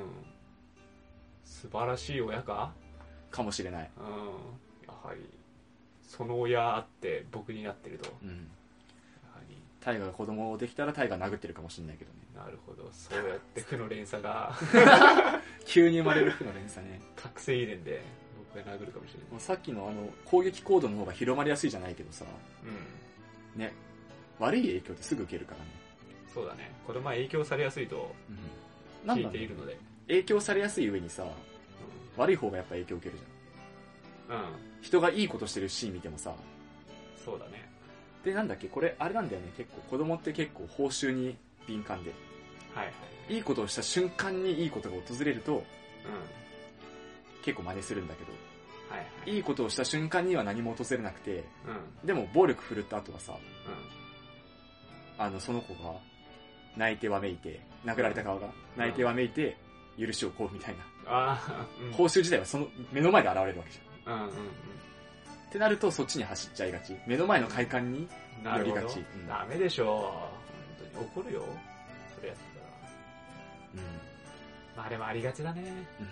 素晴らしい親かもしれない。 やはり、その親あって僕になってると。やはり。 タイガが子供できたらタイガ殴ってるかもしれないけどね。 なるほど。そうやって負の連鎖が。 急に生まれる負の連鎖ね。 覚醒遺伝で僕が殴るかもしれない。 さっきの攻撃行動の方が広まりやすいじゃないけどさ。ね。悪い影響ってすぐ受けるからね。 そうだね。子供は影響されやすいと聞いているので。 影響されやすい上にさ、悪い方がやっぱ影響受けるじゃん。人がいいことしてるシーン見てもさ。 そうだね。 で、なんだっけ、これ、あれなんだよね。結構、子供って結構報酬に敏感で。いいことをした瞬間にいいことが訪れると、結構真似するんだけど。 はいはい。 いいことをした瞬間には何も訪れなくて、 うん。 でも暴力振るった後はさ、 うその子が泣いてわめいて、殴られた側が泣いてわめいて、許しを請うみたいな。 ん。ああ、うん。 報酬自体はその目の前で現れるわけじゃん。 うんうんってなるとそっちに走っちゃいがち。目の前の快感にうん。なるほど寄りがち。うんダメでしょう。本当に怒るよ。それやってたら。 うんまあでもありがちだね。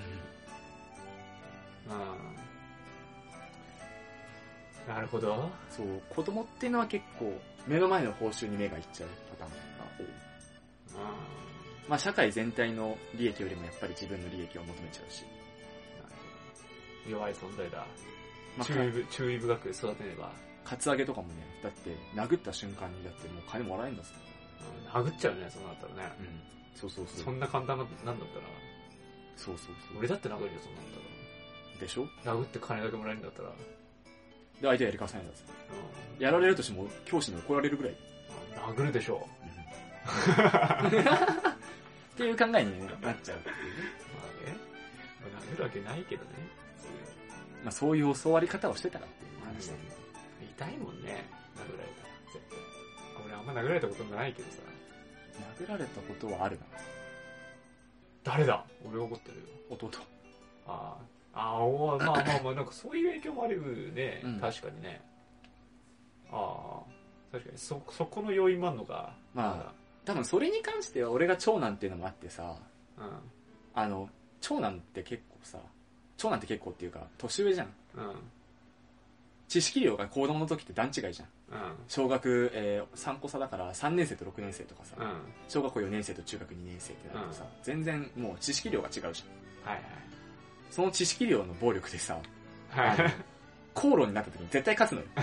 うんうん。なるほど。 そう、子供っていうのは結構目の前の報酬に目がいっちゃうパターンが多い。 うまあ社会全体の利益よりもやっぱり自分の利益を求めちゃうし。 ん。なるほど。弱い存在だ。 まあ、 注意深く育てねば。 カツアゲとかもね、だって殴った瞬間にだってもう金もらえるんだぞ。 殴っちゃうね、そうなったらね。 うん。そうそうそう。 そんな簡単なんだったら。 そうそうそう。 俺だって殴るよ、そんなんだっでしょたら。殴って金だけもらえるんだったら。 で、相手はやり返さないんだぜ。やられるとしても教師に怒られるぐらい。 殴るでしょっていう考えになっちゃうっていうね。 まあね。殴るわけないけどね。 まあそういう教わり方をしてたらっていう話だけど。 痛いもんね、殴られたら。絶対。俺あんま殴られたことないけどさ。 殴られたことはあるな。 誰だ俺怒ってるよ。 弟。 ああ、まあまあまあ、なんかそういう影響もあるね。 うん確かにね。ああ、確かにそこの要因もあんのか。 まあ、多分それに関しては俺が長男っていうのもあってさ、 うん。 長男って結構さ、長男って結構っていうか、年上じゃん。 うん。 知識量が子供の時って段違いじゃん。 うん。 小学、3個差だから3年生と6年生とかさ、 うん。 小学校4年生と中学2年生ってなるとさ、全然もう知識量が違うじゃん。 はいその知識量の暴力でさ、 はい。はい。 口論になった時に絶対勝つのよ。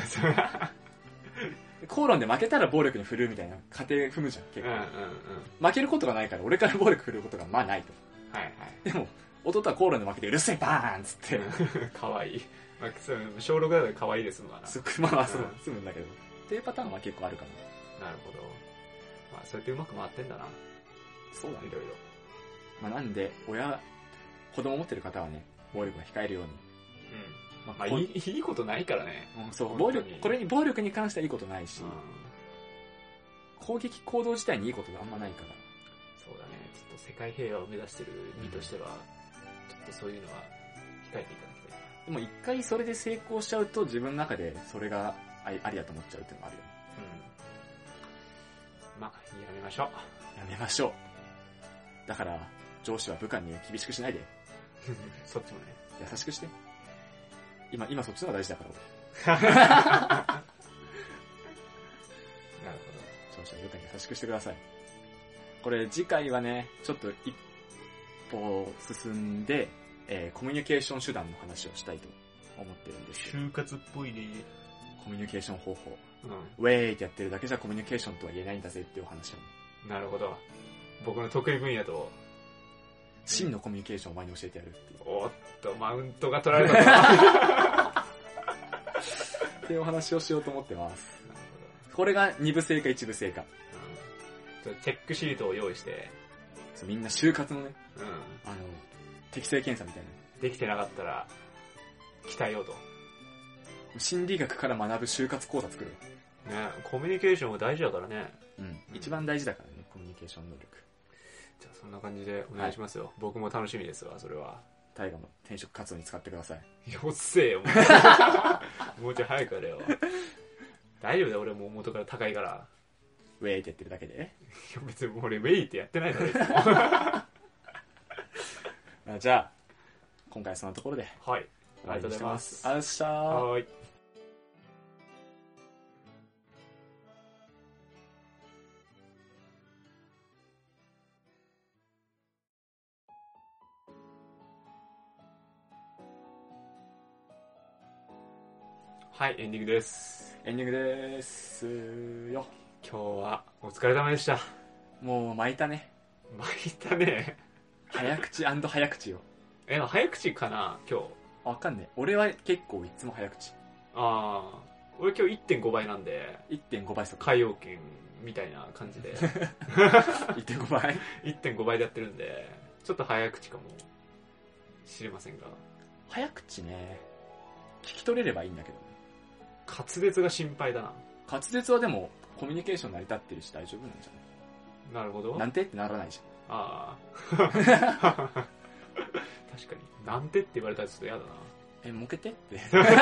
口論で負けたら暴力に振るうみたいな過程踏むじゃん、結構。 うんうんうん。 負けることがないから俺から暴力振るうことがまあないと。 はいはい。 でも、弟は口論で負けてうるせえバーンっつって、 かわいい。まあ、小6だとかわいいですもんな。 まあ済むんだけど。っていうパターンは結構あるかな。 なるほど。まあ、そうやってうまく回ってんだな。 そうだねい。ろいろ。 まあなんで、子供持ってる方はね、暴力は控えるように。 うん。まあ、いいことないからね。 そう、 本当に暴力に関してはいいことないし、 うん。 攻撃行動自体にいいことがあんまないから。 そうだね。ちょっと世界平和を目指してる身としては、ちょっとそういうのは控えていただきたいな。 でも一回それで成功しちゃうと自分の中でそれがありだと思っちゃうっていうのがあるよね。 うん。まあ、やめましょう。 やめましょう。だから、上司は部下に厳しくしないで。 そっちもね。 優しくして。今そっちの方が大事だから。 なる上司は部下に優しくしてください。これ次回はね、ちょっと一歩進んで、コミュニケーション手段の話をしたいと思ってるんですけど。 就活っぽいね。 コミュニケーション方法。 うウェーイってやってるだけじゃコミュニケーションとは言えないんだぜっていうお話をね。 ん。なるほど。僕の得意分野と、 真のコミュニケーションをお前に教えてやるっていう。 おっと、マウントが取られたぞ。 っていうお話をしようと思ってます。 なるこれが2部制か1部制か。 ほど。チェックシートを用意して、 そうみんな就活のね、 うん。 適性検査みたいな。 できてなかったら、鍛えようと。 心理学から学ぶ就活講座作る。 ね、コミュニケーションは大事だからね。 一番大事だからね、コミュニケーション能力。 じゃあそんな感じでお願いしますよ。僕も楽しみですわ、それは。 大河の転職活動に使ってください。 よっせえよ、もう。もうちょい早くやれよ。大丈夫だよ、俺もう元から高いから。 ウェイってやってるだけで。 いや別に俺ウェイってやってないだろ、いつも。 じゃあ、今回はそんなところで。 はい。ありがとうございます。 あっしゃー。 はーい。はい、エンディングです。 エンディングでーすよ。 今日はお疲れ様でした。 もう巻いたね。 巻いたね。 早口早口よ。 早口かな、今日。 わかんねえ。俺は結構いつも早口。 ああ、俺今日 1.5 倍なんで、 1.5 倍速。 海洋圏みたいな感じで、 1.5倍 1.5 倍でやってるんで、ちょっと早口かもしれませんが。 早口ね。 聞き取れればいいんだけどね。 滑舌が心配だな。 滑舌はでもコミュニケーション成り立ってるし大丈夫なんじゃない？ なるほど。 なんてってならないじああ。確かに。なんてって言われたらちょっと嫌だな。 ゃん。もう一回言って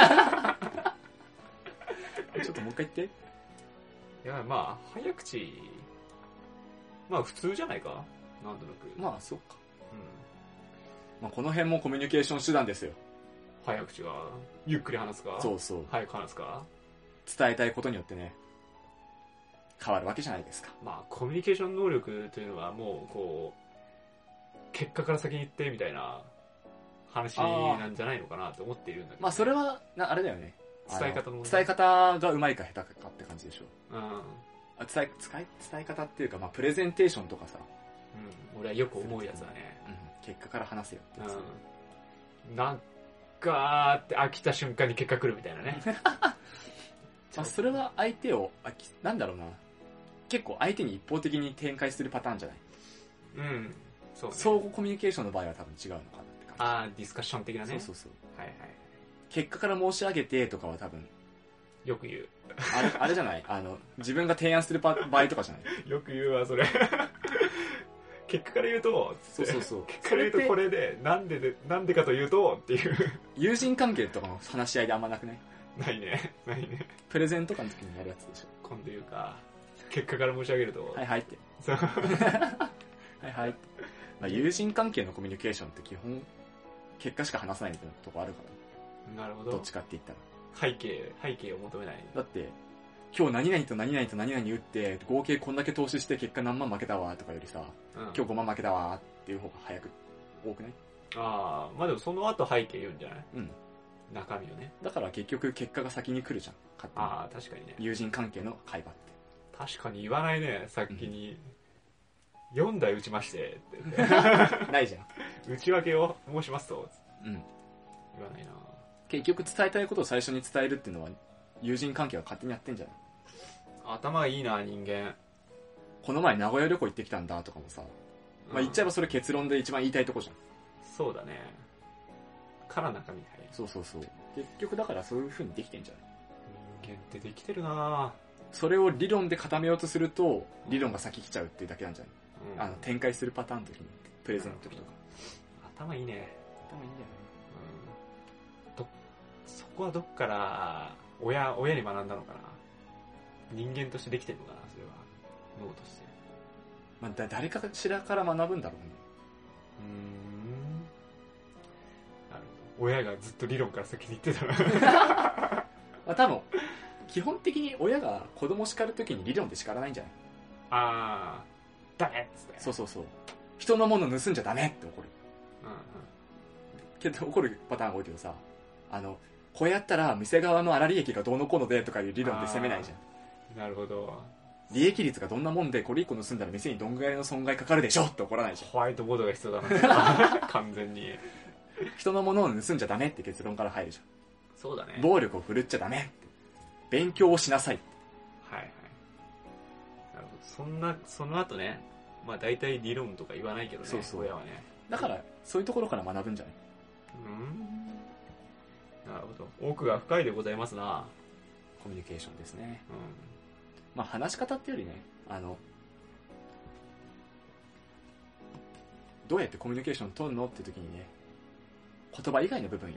ちょっともう一回言って。 いや、まあ、早口、まあ普通じゃないかなんとなく。 まあ、そうか。 うん。 まあ、この辺もコミュニケーション手段ですよ。 早口が、ゆっくり話すかそうそう。 早く話すか。 伝えたいことによってね、変わるわけじゃないですか。 まあ、コミュニケーション能力というのはもう、こう、結果から先に言ってみたいな話なんじゃないのかなと思っているんだけど、 まあ、それは、あれだよね。 伝え方の伝え方がうまいか下手かって感じでしょ。 うん。 伝え方っていうか、まあ、プレゼンテーションとかさ、 うん。俺はよく思うやつだね。 うん。結果から話せよってやつ。 うん。なんかーって飽きた瞬間に結果来るみたいなね。 まあ、それは相手を、なんだろうな。結構相手に一方的に展開するパターンじゃない？ うん。そうね。 相互コミュニケーションの場合は多分違うのかなって感じ。 ああ、ディスカッション的なね。 そうそうそう。 はいはい。 結果から申し上げてとかは多分、 よく言う。 あれじゃない自分が提案する場合とかじゃないよく言うわ、それ。結果から言うと、 そうそうそう。 結果から言うとこれで、なんでかというと、っていう。 友人関係とかの話し合いであんまなくない？ ないね。ないね。 プレゼンとかの時にやるやつでしょ。 今度言うか。結果から申し上げると。 はいはいって。 そう。 はいはいって。まあ、友人関係のコミュニケーションって基本、結果しか話さないみたいなとこあるから。 なるほど。 どっちかって言ったら。 背景を求めない。 だって、今日何々と何々と何々打って、合計こんだけ投資して結果何万負けたわとかよりさ、 うん、 今日5万負けたわっていう方が早く、多くない？ ああ、まあでもその後背景言うんじゃない？ うん。 中身をね。 だから結局結果が先に来るじゃん。勝手に。 ああ、確かにね。 友人関係の会話って。 確かに言わないね、先に。4台打ちましてって。 ないじゃん。 内訳を申しますと。 うん。 言わないな。 結局伝えたいことを最初に伝えるっていうのは、友人関係は勝手にやってんじゃない？ 頭いいな、人間。 この前名古屋旅行行ってきたんだとかもさ、まあ言っちゃえばそれ結論で一番言いたいとこじゃん。 そうだね。から中身に入る。 そうそうそう。結局だからそういう風にできてんじゃない？ 人間ってできてるな。 それを理論で固めようとすると、理論が先来ちゃうっていうだけなんじゃない？ うん、 展開するパターンの時に、プレゼンの時とか。 頭いいね。 頭いいんだよね。 そこはどっから親に学んだのかな。人間としてできてるのかな、それは。脳として。 まあ、誰かしらから学ぶんだろうね。 なるほど。親がずっと理論から先に言ってたまあ多分、基本的に親が子供叱るときに理論で叱らないんじゃない？ あー、ダメっつって。 そうそうそう。人のもの盗んじゃダメって怒る。 うんうん。 けど怒るパターンが多いけどさ、こうやったら店側の粗利益がどうのこうのでとかいう理論で責めないじゃん。 なるほど。 利益率がどんなもんでこれ1個盗んだら店にどんぐらいの損害かかるでしょって怒らないじゃん。 ホワイトボードが必要だな。完全に。 人のものを盗んじゃダメって結論から入るじゃん。 そうだね。 暴力を振るっちゃダメって。勉強をしなさい。 はいはい。なるほど。その後ね、まあ大体理論とか言わないけどね、 そうそう親はね。 だから、そういうところから学ぶんじゃない？ なるほど。奥が深いでございますな。 コミュニケーションですね。 うん。 まあ話し方ってよりね、どうやってコミュニケーション取るのって時にね、言葉以外の部分よ。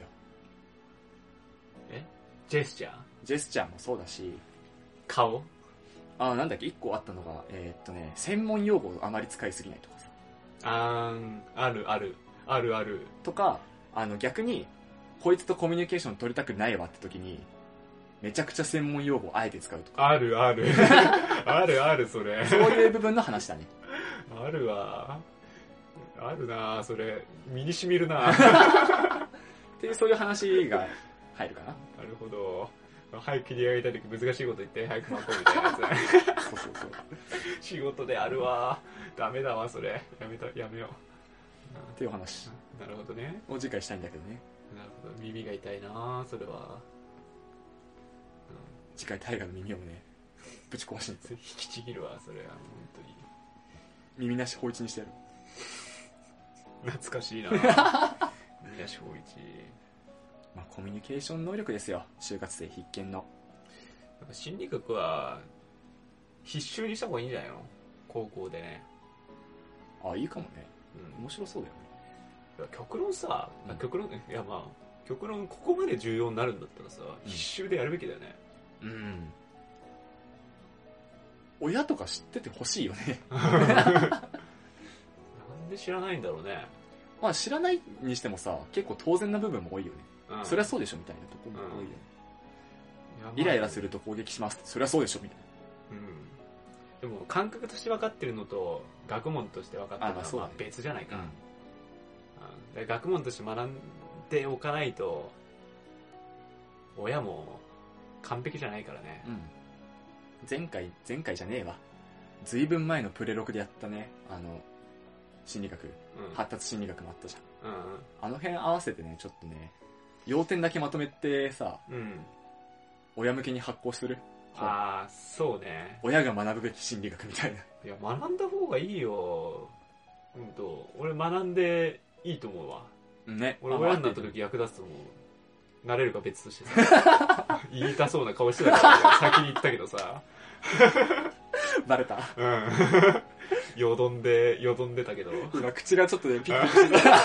ジェスチャー？ ジェスチャーもそうだし、 顔？ なんだっけ、一個あったのが、専門用語をあまり使いすぎないとかさ。 ある。 とか、逆に、こいつとコミュニケーション取りたくないわって時に、めちゃくちゃ専門用語をあえて使うとか。 ある。ある、それ。 そういう部分の話だね。 あるわ。あるなそれ。身に染みるなっていう、そういう話が入るかな。 なるほど。早く切り上げたい時難しいこと言って早く巻こうみたいなやつね。 そう。 仕事であるわ。ダメだわ、それ。やめよう。 っていう話。 なるほどね。 を次回したいんだけどね。 なるほど。耳が痛いなそれは。 次回大河の耳をね、ぶち壊しに引きちぎるわ、それは。本当に。 耳なし法一にしてやる。 懐かしいな耳なし法一。 まあコミュニケーション能力ですよ、就活生必見の。 なんか心理学は必修にした方がいいんじゃないの、高校でね。 あ、いいかもね。 うん、 面白そうだよね。 いや極論さ、 うん、 極論、いやまあ極論ここまで重要になるんだったらさ、必修でやるべきだよね。 うん。親とか知っててほしいよね。 なんで知らないんだろうね。 まあ知らないにしてもさ、結構当然な部分も多いよね。 うん、 そりゃそうでしょみたいなとこも多いよね。 うん、 イライラすると攻撃しますって、そりゃそうでしょみたいな。うん。でも感覚として分かってるのと学問として分かってるのはまあ別じゃないかな。で学問として学んでおかないと親も完璧じゃないからね。 うん。前回じゃねえわ。ずいぶん前のプレロクでやったね、心理学、発達心理学もあったじゃん。あの辺合わせてね、ちょっとね、要点だけまとめてさ、親向けに発行する。 ああ、そうね。 親が学ぶべき心理学みたいな。 いや、学んだ方がいいよ。俺学んでいいと思うわ。 ね。 俺親になった時役立つと思う。なれるか別としてさ。言いたそうな顔してたから先に言ったけどさ。 バレた。 うん。よどんでたけど。 今口がちょっとね、ピクピクしてた。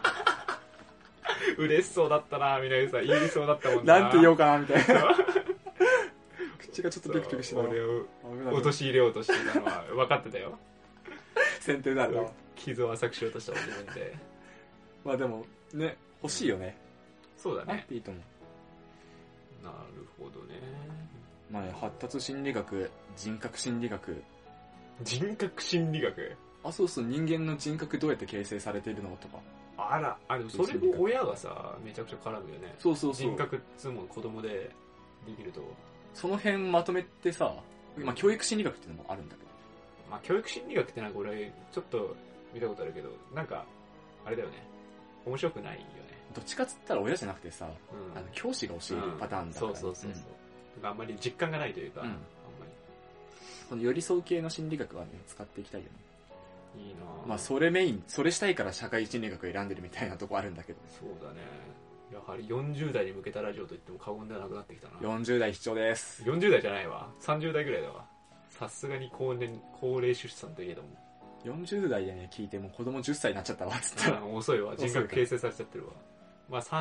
嬉しそうだったな、みなみさん。言いそうだったもんな。 なんて言おうかな、みたいな。口がちょっとピクピクしてた。 俺を陥れようとしてたのは分かってたよ。 先手だろ。 傷を浅くしようとした自分で。 まあでも、ね、欲しいよね。 そうだね。 あっていいと思う。 なるほどね。 まあね、発達心理学、人格心理学。 人格心理学？ あ、そうそう、人間の人格どうやって形成されているのとか。 あら、でもそれも親がさ、めちゃくちゃ絡むよね。 そうそうそう。 人格っつうもん子供でできると。 その辺まとめてさ、まあ教育心理学っていうのもあるんだけど。 まあ教育心理学ってなんか俺、ちょっと見たことあるけど、なんか、あれだよね。面白くないよね。 どっちかっつったら親じゃなくてさ、教師が教えるパターンだから、ね。 そう。あんまり実感がないというか、あんまり。 この寄り添う系の心理学はね、使っていきたいよね。 いいなぁ。 まあそれメイン、それしたいから社会心理学を選んでるみたいなとこあるんだけど。 そうだね。やはり40代に向けたラジオと言っても過言ではなくなってきたな。 40代必聴です。 40代じゃないわ。30代ぐらいだわ。さすがに高齢出産といえども。 40代でね、聞いてもう子供10歳になっちゃったわ、つったら。 遅いわ。人格形成させちゃってるわ。まあ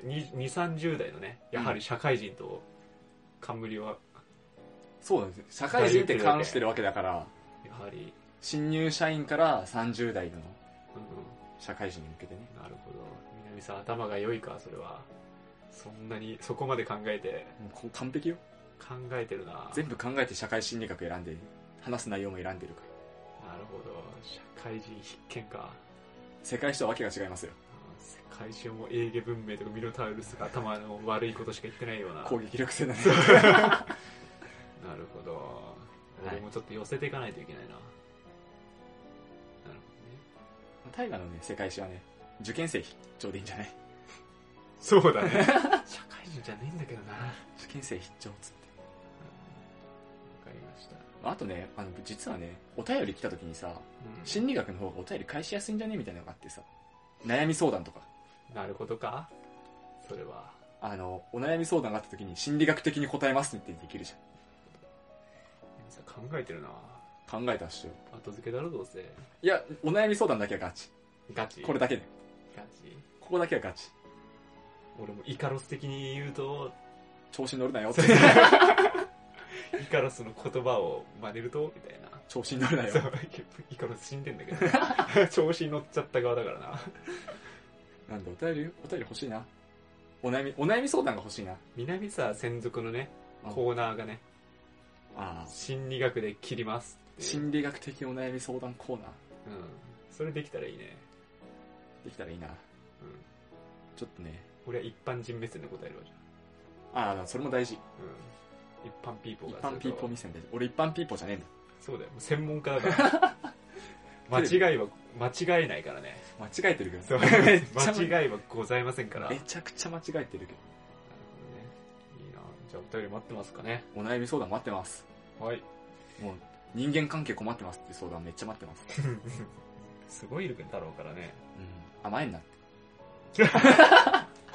20、30代のね、やはり社会人と冠は、 そうなんですよ。社会人って関してるわけだから、やはり、 新入社員から30代の社会人に向けてね。 なるほど。南さん頭が良いか、それは。そんなに、そこまで考えて。 もう完璧よ。 考えてるな。 全部考えて社会心理学選んで、話す内容も選んでるから。なるほど。社会人必見か。 世界史とはわけが違いますよ。 世界史もエーゲ文明とかミノタウルスが頭の悪いことしか言ってないような。 攻撃力性だね。 なるほど。俺もちょっと寄せていかないといけないな。なるほどね。 大河のね、世界史はね、受験生必聴でいいんじゃない？ そうだね。社会人じゃねえんだけどな。 受験生必聴っつって。 わかりました。 あとね、実はね、お便り来た時にさ、心理学の方がお便り返しやすいんじゃねみたいなのがあってさ、悩み相談とか。 なるほどか。それは。 お悩み相談があった時に心理学的に答えますってできるじゃん。 考えてるな。 考えたっしょ。 後付けだろどうせ。 いや、お悩み相談だけはガチ。 ガチ。 これだけで。 ガチ。 ここだけはガチ。 俺もイカロス的に言うと、 調子に乗るなよって。 イカロスの言葉を真似るとみたいな。 調子に乗るなよ。 イカロス死んでんだけど。調子に乗っちゃった側だからな。 なんでお便り欲しいな。お悩み相談が欲しいな。 南さ専属のね、コーナーがね、心理学で切ります心理学的お悩み相談コーナー。 それできたらいいね。 できたらいいな。ちょっとね。 俺は一般人目線で答えるわじゃん。それも大事。 一般ピーポーが。 一般ピーポー目線で。俺一般ピーポーじゃねえんだ。 そうだよ。専門家だから。間違えないからね。 間違えてるけど。 間違いはございませんから。 めちゃくちゃ間違えてるけど。なるほどね。 いいな。じゃあお便り待ってますかね。 お悩み相談待ってます。 はい。 もう人間関係困ってますって相談めっちゃ待ってます。 すごいいるだろうからね。 甘えんなって。 根性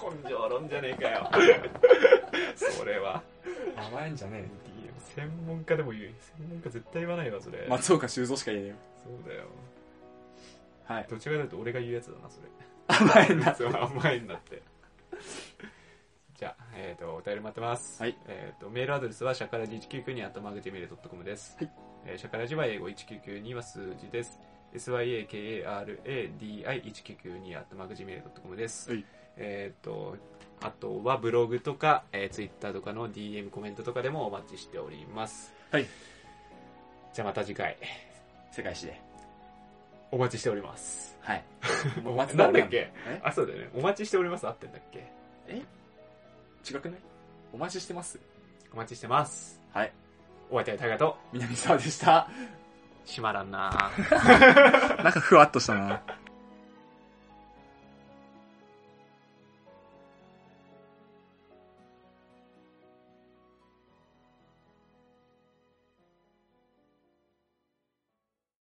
ろんじゃねえかよ。それは。 甘えんじゃね専門家でも言う。専門家絶対言わないわ、それ。 え。松岡修造しか言えねえよ。 そうだよ。 はい。 どっちかというと俺が言うやつだな、それ。 甘えんな。 甘いんだって。じゃあ、お便り待ってます。 はい。 メールアドレスはシャカラジ199@gmail.com です。 はい。 シャカラジは英語1992は数字です。syakaradi1992@gmail.com です。 はい。 あとはブログとか、ツイッターとかの DM コメントとかでもお待ちしております。 はい。 じゃあまた次回。 世界史で。 お待ちしております。 はい。 もうなんだっけ？あ、そうだよね。お待ちしております。合ってんだっけ？ 違くない？お待ちしてます。 お待ちしてます。 はい。 お相手はタイガと南沢でした。 閉まらんななんかふわっとしたな。